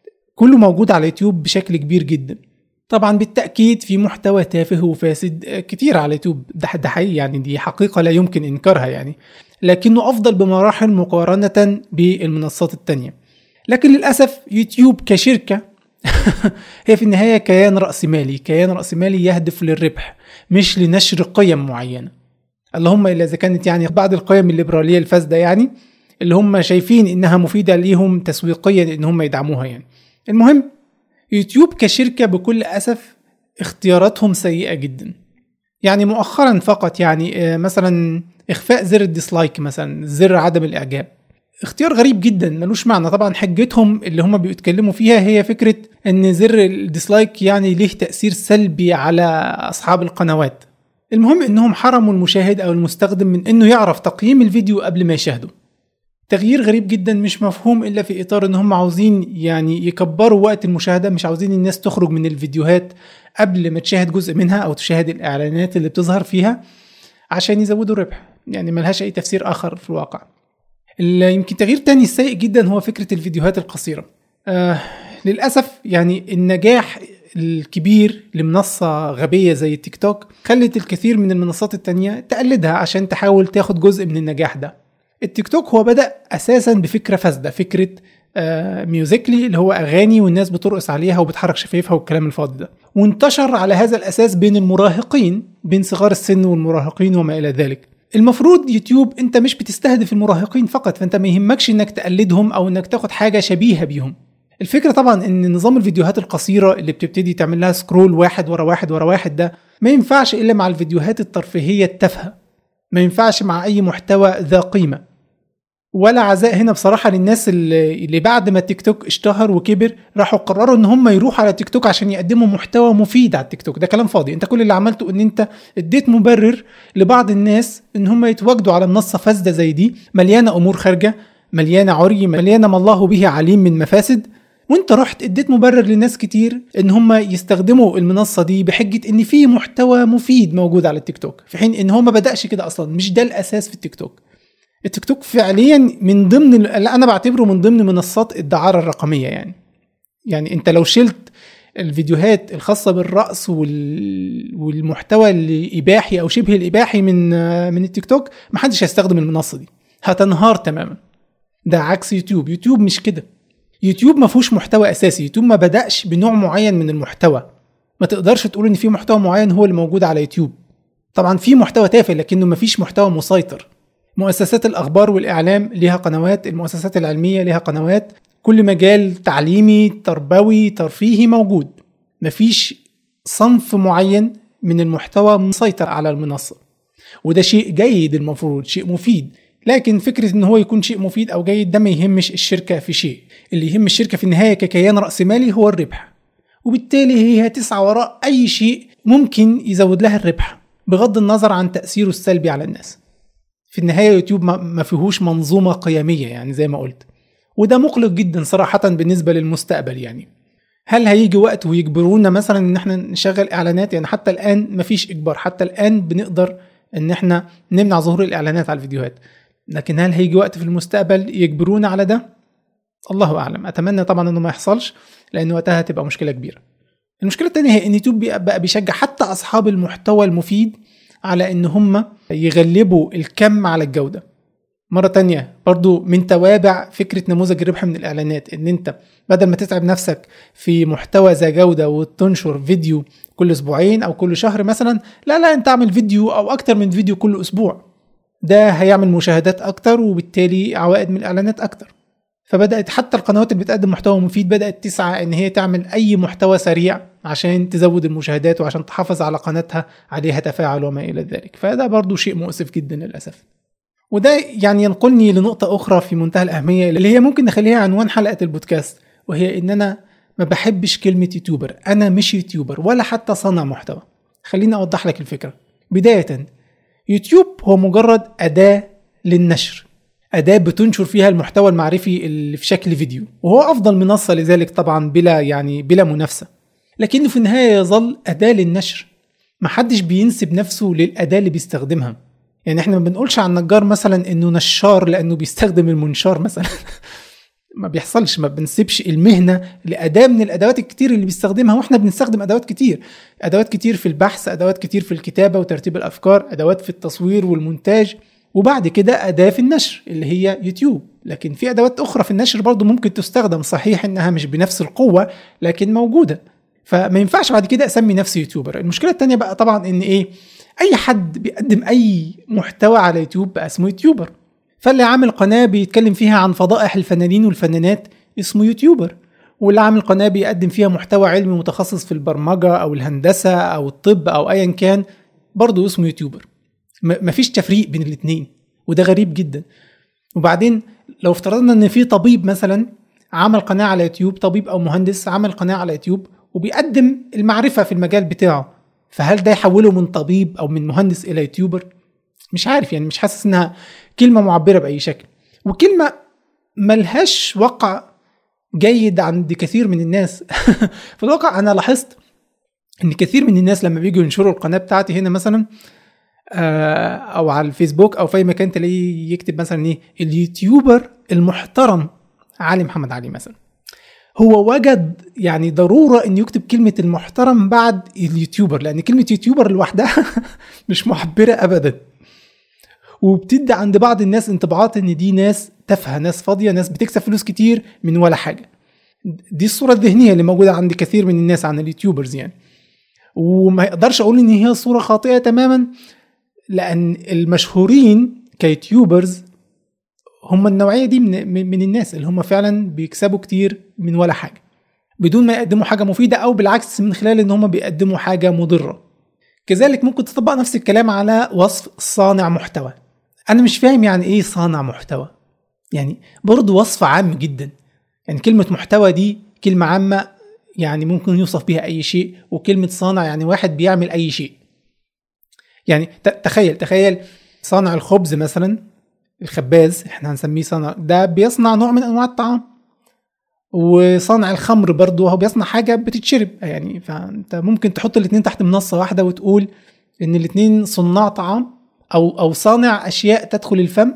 كله موجود على يوتيوب بشكل كبير جدا. طبعا بالتأكيد في محتوى تافه وفاسد كتير على يوتيوب، ده ده حقيقي، يعني دي حقيقة لا يمكن إنكارها يعني، لكنه أفضل بمراحل مقارنة بالمنصات التانية. لكن للأسف يوتيوب كشركة هي في النهاية كيان رأسمالي، كيان رأسمالي يهدف للربح مش لنشر قيم معينة، اللهم إلا إذا كانت يعني بعض القيم الليبرالية الفاسدة يعني اللي هم شايفين إنها مفيدة ليهم تسويقيا إن هم يدعموها يعني. المهم يوتيوب كشركة بكل أسف اختياراتهم سيئة جدا. يعني مؤخرا فقط يعني مثلا إخفاء زر الديسلايك، مثلا زر عدم الإعجاب، اختيار غريب جدا ملوش معنى. طبعا حجتهم اللي هم بيتكلموا فيها هي فكرة ان زر الديسلايك يعني ليه تأثير سلبي على أصحاب القنوات. المهم انهم حرموا المشاهد او المستخدم من انه يعرف تقييم الفيديو قبل ما يشاهده. تغيير غريب جدا مش مفهوم الا في اطار ان هم عاوزين يعني يكبروا وقت المشاهدة، مش عاوزين الناس تخرج من الفيديوهات قبل ما تشاهد جزء منها او تشاهد الاعلانات اللي بتظهر فيها عشان يزودوا الربح. يعني ملهاش اي تفسير اخر في الواقع. يمكن تغيير تاني سيء جدا هو فكرة الفيديوهات القصيرة. آه للأسف يعني النجاح الكبير لمنصة غبية زي التيك توك خلت الكثير من المنصات التانية تقلدها عشان تحاول تاخد جزء من النجاح ده. التيك توك هو بدأ أساسا بفكرة فاسدة، فكرة آه ميوزيكلي اللي هو أغاني والناس بترقص عليها وبتحرك شفايفها والكلام الفاضي ده، وانتشر على هذا الأساس بين المراهقين، بين صغار السن والمراهقين وما إلى ذلك. المفروض يوتيوب انت مش بتستهدف المراهقين فقط، فانت ما يهمكش انك تقلدهم او انك تاخد حاجة شبيهة بيهم. الفكرة طبعا ان نظام الفيديوهات القصيرة اللي بتبتدي تعمل لها سكرول واحد ورا واحد ورا واحد ده ما ينفعش الا مع الفيديوهات الترفيهية التافهة، ما ينفعش مع اي محتوى ذا قيمة. ولا عزاء هنا بصراحة للناس اللي, اللي بعد ما التيك توك اشتهر وكبر راحوا قرروا ان هم يروحوا على التيك توك عشان يقدموا محتوى مفيد على التيك توك. ده كلام فاضي. انت كل اللي عملته ان انت اديت مبرر لبعض الناس ان هم يتواجدوا على منصة فاسدة زي دي، مليانة امور خارجة، مليانة عري، مليانة ما الله به عليم من مفاسد، وانت رحت اديت مبرر لناس كتير ان هم يستخدموا المنصة دي بحجة ان في محتوى مفيد موجود على التيك توك، في حين ان هو ما بدأش كده اصلا، مش ده الاساس في التيك توك. التيك توك فعليا من ضمن اللي انا بعتبره من ضمن منصات الدعارة الرقمية. يعني يعني انت لو شلت الفيديوهات الخاصة بالرقص وال... والمحتوى الإباحي او شبه الإباحي من من التيك توك، محدش هيستخدم المنصة دي، هتنهار تماما. ده عكس يوتيوب. يوتيوب مش كده. يوتيوب ما فيهوش محتوى اساسي. يوتيوب ما بدأش بنوع معين من المحتوى. ما تقدرش تقول ان في محتوى معين هو اللي موجود على يوتيوب. طبعا في محتوى تافه لكنه ما فيش محتوى مسيطر. مؤسسات الأخبار والإعلام لها قنوات، المؤسسات العلمية لها قنوات، كل مجال تعليمي تربوي ترفيهي موجود. مفيش صنف معين من المحتوى مسيطر على المنصة، وده شيء جيد، المفروض شيء مفيد. لكن فكرة ان هو يكون شيء مفيد او جيد ده ما يهمش الشركة في شيء. اللي يهم الشركة في النهاية ككيان رأسمالي هو الربح، وبالتالي هي هتسعى وراء اي شيء ممكن يزود لها الربح بغض النظر عن تأثيره السلبي على الناس. في النهاية يوتيوب ما فيهوش منظومة قيمية يعني زي ما قلت، وده مقلق جدا صراحة بالنسبة للمستقبل. يعني هل هيجي وقت ويجبرونا مثلا ان احنا نشغل اعلانات؟ يعني حتى الان مفيش اجبار، حتى الان بنقدر ان احنا نمنع ظهور الاعلانات على الفيديوهات، لكن هل هيجي وقت في المستقبل يجبرونا على ده؟ الله اعلم. اتمنى طبعا انه ما يحصلش، لان وقتها هتبقى مشكلة كبيرة. المشكلة التانية هي ان يوتيوب بقى بيشجع حتى اصحاب المحتوى المفيد على ان هم يغلبوا الكم على الجودة. مرة تانية برضو من توابع فكرة نموذج الربح من الإعلانات، إن أنت بدل ما تتعب نفسك في محتوى ذا جودة وتنشر فيديو كل أسبوعين أو كل شهر مثلا، لا لا أنت اعمل فيديو أو أكتر من فيديو كل أسبوع. ده هيعمل مشاهدات أكتر وبالتالي عوائد من الإعلانات أكتر. فبدأت حتى القنوات اللي بتقدم محتوى مفيد بدأت تسعى إن هي تعمل أي محتوى سريع عشان تزود المشاهدات وعشان تحافظ على قناتها عليها تفاعل وما إلى ذلك. فده برضو شيء مؤسف جدا للأسف. وده يعني ينقلني لنقطة أخرى في منتهى الأهمية اللي هي ممكن نخليها عنوان حلقة البودكاست، وهي إن أنا ما بحبش كلمة يوتيوبر. أنا مش يوتيوبر ولا حتى صانع محتوى. خليني أوضح لك الفكرة. بداية، يوتيوب هو مجرد أداة للنشر، أداة بتنشر فيها المحتوى المعرفي اللي في شكل فيديو، وهو أفضل منصة لذلك طبعا بلا يعني بلا منافسة. لكنه في النهاية يظل أداة للنشر. محدش بينسب نفسه للأداة اللي بيستخدمها. يعني احنا ما بنقولش عن نجار مثلا انه نشار لانه بيستخدم المنشار مثلا ما بيحصلش. ما بنسيبش المهنة لأداة من الأدوات الكتير اللي بيستخدمها، واحنا بنستخدم أدوات كتير أدوات كتير في البحث، أدوات كتير في الكتابة وترتيب الأفكار، أدوات في التصوير والمونتاج، وبعد كده أداة في النشر اللي هي يوتيوب. لكن في أدوات أخرى في النشر برضو ممكن تستخدم، صحيح إنها مش بنفس القوة لكن موجودة. فما ينفعش بعد كده أسمي نفسي يوتيوبر. المشكلة التانية بقى طبعا إن إيه، أي حد بيقدم أي محتوى على يوتيوب بقى اسمه يوتيوبر. فاللي عامل قناة بيتكلم فيها عن فضائح الفنانين والفنانات اسمه يوتيوبر، واللي عامل قناة بيقدم فيها محتوى علمي متخصص في البرمجة أو الهندسة أو الطب أو أيا كان برضو اسمه يوتيوبر. مفيش تفريق بين الاتنين، وده غريب جدا. وبعدين لو افترضنا ان في طبيب مثلا عمل قناة على يوتيوب، طبيب أو مهندس عمل قناة على يوتيوب وبيقدم المعرفة في المجال بتاعه، فهل ده يحوله من طبيب أو من مهندس إلى يوتيوبر؟ مش عارف، يعني مش حاسس إنها كلمة معبرة بأي شكل، وكلمة ملهاش وقع جيد عند كثير من الناس. في الواقع أنا لاحظت إن كثير من الناس لما بيجوا ينشروا القناة بتاعتي هنا مثلا أو على الفيسبوك أو في أي مكان، تلاقيه يكتب مثلا إيه اليوتيوبر المحترم علي محمد علي مثلا. هو وجد يعني ضرورة إن يكتب كلمة المحترم بعد اليوتيوبر، لأن كلمة يوتيوبر لوحدها مش معبرة أبدا، وبتدي عند بعض الناس انطباعات إن دي ناس تافهة، ناس فاضية، ناس بتكسب فلوس كتير من ولا حاجة. دي الصورة الذهنية اللي موجودة عند كثير من الناس عن اليوتيوبر يعني. وما يقدرش أقول إن هي صورة خاطئة تماما، لأن المشهورين كيوتيوبرز هم النوعية دي من, من الناس اللي هم فعلا بيكسبوا كتير من ولا حاجة بدون ما يقدموا حاجة مفيدة، أو بالعكس من خلال إن هم بيقدموا حاجة مضرة. كذلك ممكن تطبق نفس الكلام على وصف صانع محتوى. أنا مش فاهم يعني إيه صانع محتوى، يعني برضو وصف عام جدا. يعني كلمة محتوى دي كلمة عامة، يعني ممكن يوصف بها أي شيء، وكلمة صانع يعني واحد بيعمل أي شيء. يعني تخيل تخيل صانع الخبز مثلا، الخباز احنا هنسميه صانع، ده بيصنع نوع من انواع الطعام. وصانع الخمر برضو هو بيصنع حاجة بتتشرب، يعني فانت ممكن تحط الاثنين تحت منصة واحدة وتقول ان الاثنين صناع طعام او او صانع اشياء تدخل الفم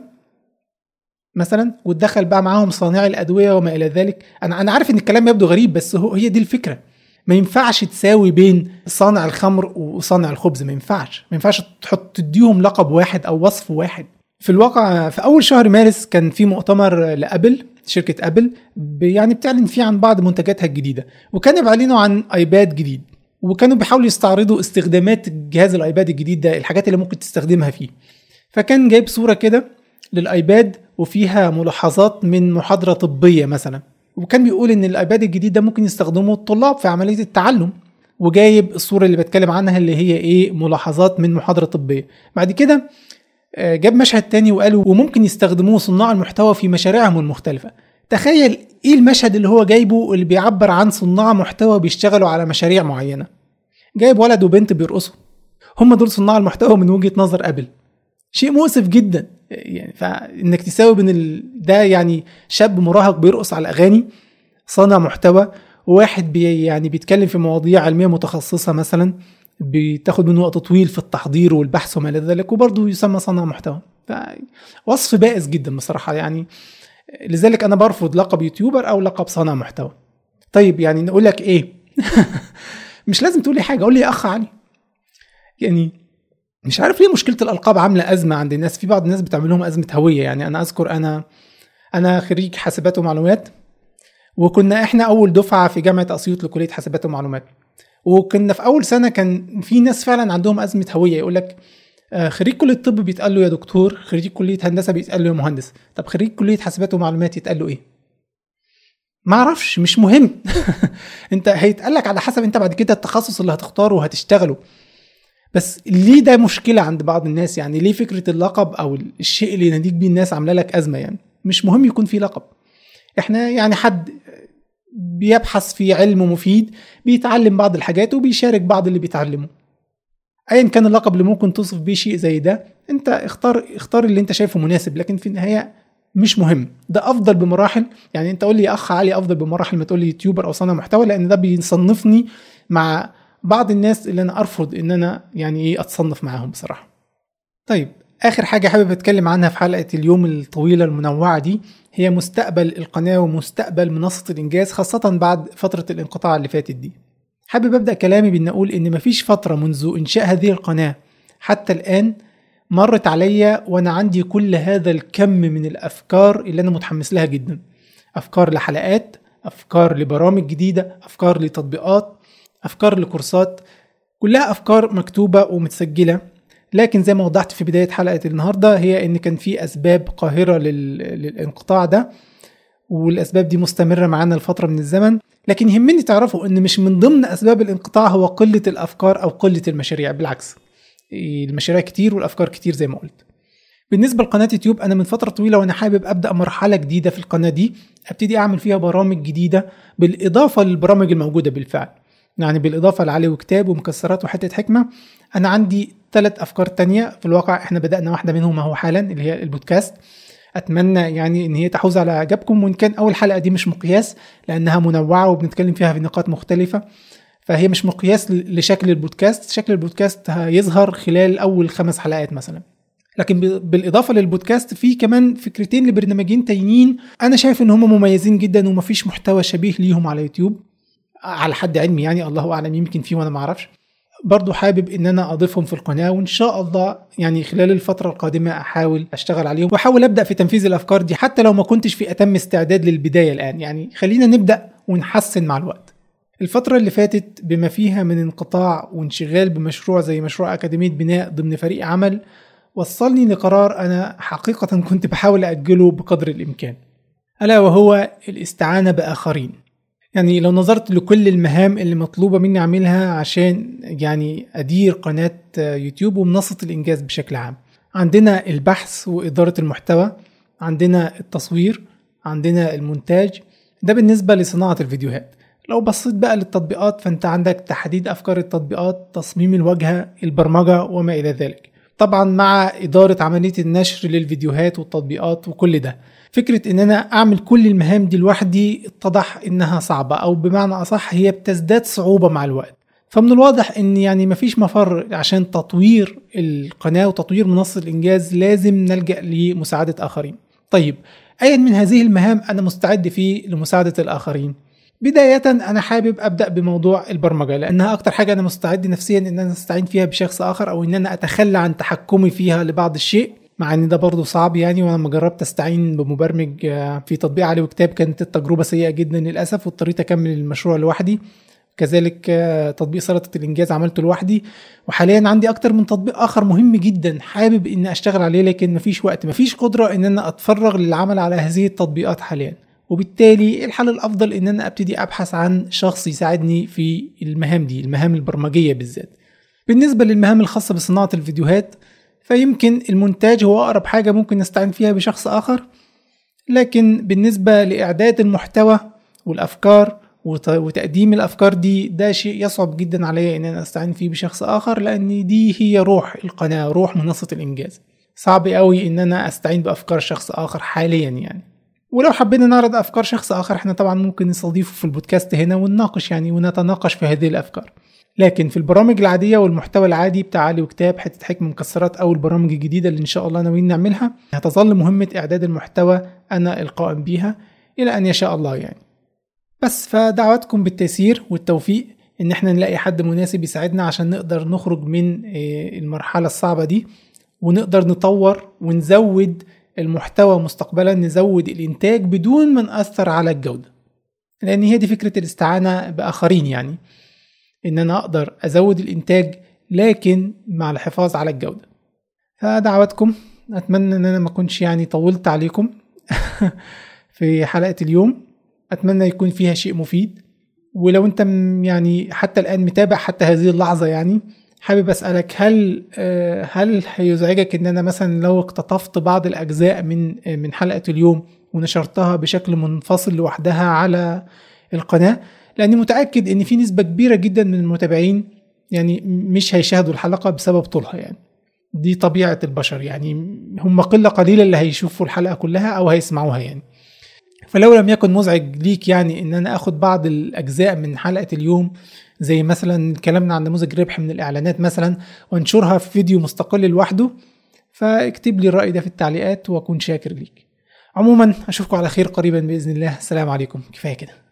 مثلا، وتدخل بقى معاهم صانع الادوية وما الى ذلك. انا انا عارف ان الكلام يبدو غريب، بس هو هي دي الفكرة. ما ينفعش تساوي بين صانع الخمر وصانع الخبز، ما ينفعش ما ينفعش تحط تديهم لقب واحد او وصف واحد. في الواقع في أول شهر مارس كان في مؤتمر لأبل، شركة أبل يعني بتعلن فيه عن بعض منتجاتها الجديدة، وكانوا بيعلنوا عن آيباد جديد، وكانوا بيحاولوا يستعرضوا استخدامات جهاز الآيباد الجديد ده، الحاجات اللي ممكن تستخدمها فيه. فكان جايب صورة كده للآيباد وفيها ملاحظات من محاضرة طبية مثلا، وكان بيقول إن الآيباد الجديد ده ممكن يستخدمه الطلاب في عملية التعلم، وجايب الصورة اللي بتكلم عنها اللي هي ايه ملاحظات من محاضرة طبية. بعد كده جاب مشهد تاني وقالوا وممكن يستخدموه صناع المحتوى في مشاريعهم المختلفة. تخيل ايه المشهد اللي هو جايبه اللي بيعبر عن صناع محتوى بيشتغلوا على مشاريع معينة. جايب ولد وبنت بيرقصوا، هم دول صناع المحتوى من وجهة نظر ابل. شيء مؤسف جدا يعني. فانك تساوي بين ال... ده يعني شاب مراهق بيرقص على الاغاني صانع محتوى، وواحد بي يعني بيتكلم في مواضيع علمية متخصصة مثلا بتاخد منه وقت طويل في التحضير والبحث وما الى ذلك، وبرضه يسمى صانع محتوى. وصف بائس جدا بصراحة يعني. لذلك انا برفض لقب يوتيوبر او لقب صانع محتوى. طيب يعني نقول لك ايه؟ مش لازم تقول لي حاجة، قول لي يا اخ علي. يعني مش عارف ليه مشكلة الألقاب عاملة أزمة عند الناس. في بعض الناس بتعمل لهم أزمة هوية. يعني أنا أذكر أنا أنا خريج حاسبات ومعلومات، وكنا إحنا أول دفعة في جامعة أسيوط لكلية حاسبات ومعلومات، وكنا في أول سنة كان في ناس فعلا عندهم أزمة هوية. يقول لك خريج كلية الطب بيتقال له يا دكتور، خريج كلية هندسة بيتقال له يا مهندس، طب خريج كلية حاسبات ومعلومات يتقال له إيه؟ ما اعرفش، مش مهم. انت هيتقالك على حسب انت بعد كده التخصص اللي هتختاره وهتشتغله. بس ليه ده مشكلة عند بعض الناس؟ يعني ليه فكرة اللقب او الشيء اللي يناديك بيه الناس عامله لك ازمة؟ يعني مش مهم يكون في لقب. احنا يعني حد بيبحث في علم مفيد، بيتعلم بعض الحاجات وبيشارك بعض اللي بيتعلمه. ايا كان اللقب اللي ممكن توصف بيه شيء زي ده، انت اختار اختار اللي انت شايفه مناسب، لكن في النهاية مش مهم. ده افضل بمراحل. يعني انت قول لي يا اخ علي افضل بمراحل ما تقول لي يوتيوبر او صانع محتوى، لان ده بيصنفني مع بعض الناس اللي انا ارفض ان انا يعني ايه اتصنف معاهم بصراحة. طيب اخر حاجة حابب اتكلم عنها في حلقة اليوم الطويلة المنوعة دي هي مستقبل القناة ومستقبل منصة الانجاز، خاصة بعد فترة الانقطاع اللي فاتت دي. حابب ابدأ كلامي بان اقول ان مفيش فترة منذ انشاء هذه القناة حتى الان مرت عليا وانا عندي كل هذا الكم من الافكار اللي انا متحمس لها جدا. افكار لحلقات، افكار لبرامج جديدة، افكار لتطبيقات، افكار لكورسات، كلها افكار مكتوبة ومتسجلة. لكن زي ما وضحت في بداية حلقة النهاردة هي ان كان في اسباب قاهرة لل... للانقطاع ده، والاسباب دي مستمرة معانا لفترة من الزمن. لكن يهمني تعرفوا ان مش من ضمن اسباب الانقطاع هو قلة الافكار او قلة المشاريع، بالعكس المشاريع كتير والافكار كتير زي ما قلت. بالنسبه لقناه يوتيوب انا من فتره طويله وانا حابب ابدا مرحله جديده في القناه دي، ابتدي اعمل فيها برامج جديده بالاضافه للبرامج الموجوده بالفعل. يعني بالاضافه لعلي وكتاب ومكسرات وحته حكمه، انا عندي ثلاث افكار تانية. في الواقع احنا بدانا واحده منهم اهو حالا اللي هي البودكاست. اتمنى يعني ان هي تحوز على اعجابكم، وان كان اول حلقه دي مش مقياس لانها منوعه وبنتكلم فيها في نقاط مختلفه، فهي مش مقياس لشكل البودكاست. شكل البودكاست هيظهر خلال أول خمس حلقات مثلا. لكن بالإضافة للبودكاست في كمان فكرتين لبرنامجين تانيين أنا شايف إن هم مميزين جدا ومفيش محتوى شبيه ليهم على يوتيوب على حد علمي، يعني الله أعلم يمكن فيه وأنا معرفش. برضو حابب إن أنا أضيفهم في القناة، وإن شاء الله يعني خلال الفترة القادمة أحاول أشتغل عليهم وأحاول أبدأ في تنفيذ الأفكار دي، حتى لو ما كنتش في أتم استعداد للبداية الآن. يعني خلينا نبدأ ونحسن مع الوقت. الفترة اللي فاتت بما فيها من انقطاع وانشغال بمشروع زي مشروع أكاديمية بناء ضمن فريق عمل وصلني لقرار أنا حقيقة كنت بحاول أجله بقدر الإمكان، ألا وهو الاستعانة بآخرين. يعني لو نظرت لكل المهام اللي مطلوبة مني أعملها عشان يعني أدير قناة يوتيوب ومنصة الإنجاز بشكل عام، عندنا البحث وإدارة المحتوى، عندنا التصوير، عندنا المونتاج، ده بالنسبة لصناعة الفيديوهات. لو بصيت بقى للتطبيقات فانت عندك تحديد افكار التطبيقات، تصميم الواجهة، البرمجة وما الى ذلك، طبعا مع ادارة عملية النشر للفيديوهات والتطبيقات وكل ده. فكرة ان انا اعمل كل المهام دي لوحدي اتضح انها صعبة، او بمعنى اصح هي بتزداد صعوبة مع الوقت. فمن الواضح ان يعني مفيش مفر عشان تطوير القناة وتطوير منصة الانجاز لازم نلجأ لمساعدة اخرين. طيب ايا من هذه المهام انا مستعد فيه لمساعدة الاخرين؟ بداية أنا حابب أبدأ بموضوع البرمجة، لأنها أكتر حاجة أنا مستعد نفسيا إن أنا أستعين فيها بشخص آخر، أو إن أنا أتخلى عن تحكمي فيها لبعض الشيء، مع إن ده برضو صعب يعني. وأنا لما جربت أستعين بمبرمج في تطبيق علي وكتاب كانت التجربة سيئة جدا للأسف، واضطريت أكمل المشروع لوحدي. كذلك تطبيق سلطة الإنجاز عملته لوحدي، وحاليا عندي أكتر من تطبيق آخر مهم جدا حابب إن أشتغل عليه، لكن مفيش وقت، مفيش قدرة إن أنا أتفرغ للعمل على هذه التطبيقات حاليا. وبالتالي الحل الافضل ان انا ابتدي ابحث عن شخص يساعدني في المهام دي، المهام البرمجية بالذات. بالنسبة للمهام الخاصة بصناعة الفيديوهات فيمكن المونتاج هو اقرب حاجة ممكن نستعين فيها بشخص اخر، لكن بالنسبة لاعداد المحتوى والافكار وتقديم الافكار دي ده شيء يصعب جدا عليا ان انا استعين فيه بشخص اخر، لان دي هي روح القناة، روح منصة الانجاز. صعب قوي ان انا استعين بافكار شخص اخر حاليا يعني. ولو حبينا نعرض افكار شخص اخر احنا طبعا ممكن نستضيفه في البودكاست هنا ونناقش يعني ونتناقش في هذه الافكار. لكن في البرامج العادية والمحتوى العادي بتاع علي وكتاب، حتة حكمة مكسرات او البرامج الجديدة اللي ان شاء الله ناويين نعملها، هتظل مهمة اعداد المحتوى انا القائم بيها الى ان يشاء الله يعني. بس فدعواتكم بالتيسير والتوفيق ان احنا نلاقي حد مناسب يساعدنا عشان نقدر نخرج من المرحلة الصعبة دي، ونقدر نطور ونزود المحتوى مستقبلا، نزود الانتاج بدون ما نأثر على الجودة، لان هي دي فكرة الاستعانة باخرين يعني، ان انا اقدر ازود الانتاج لكن مع الحفاظ على الجودة. فدعواتكم، اتمنى ان انا ما كنتش يعني طولت عليكم في حلقة اليوم، اتمنى يكون فيها شيء مفيد. ولو انت يعني حتى الان متابع حتى هذه اللحظة يعني، حابب اسألك هل هل هيزعجك ان انا مثلا لو اقتطفت بعض الاجزاء من من حلقة اليوم ونشرتها بشكل منفصل لوحدها على القناة؟ لاني متأكد ان في نسبة كبيرة جدا من المتابعين يعني مش هيشاهدوا الحلقة بسبب طولها، يعني دي طبيعة البشر، يعني هم قلة قليلة اللي هيشوفوا الحلقة كلها او هيسمعوها يعني. فلو لم يكن مزعج ليك يعني ان انا اخد بعض الاجزاء من حلقة اليوم زي مثلا كلامنا عن نموذج ربح من الاعلانات مثلا وانشرها في فيديو مستقل لوحده، فاكتب لي الرأي ده في التعليقات واكون شاكر ليك. عموما اشوفكم على خير قريبا باذن الله. السلام عليكم. كفاية كده.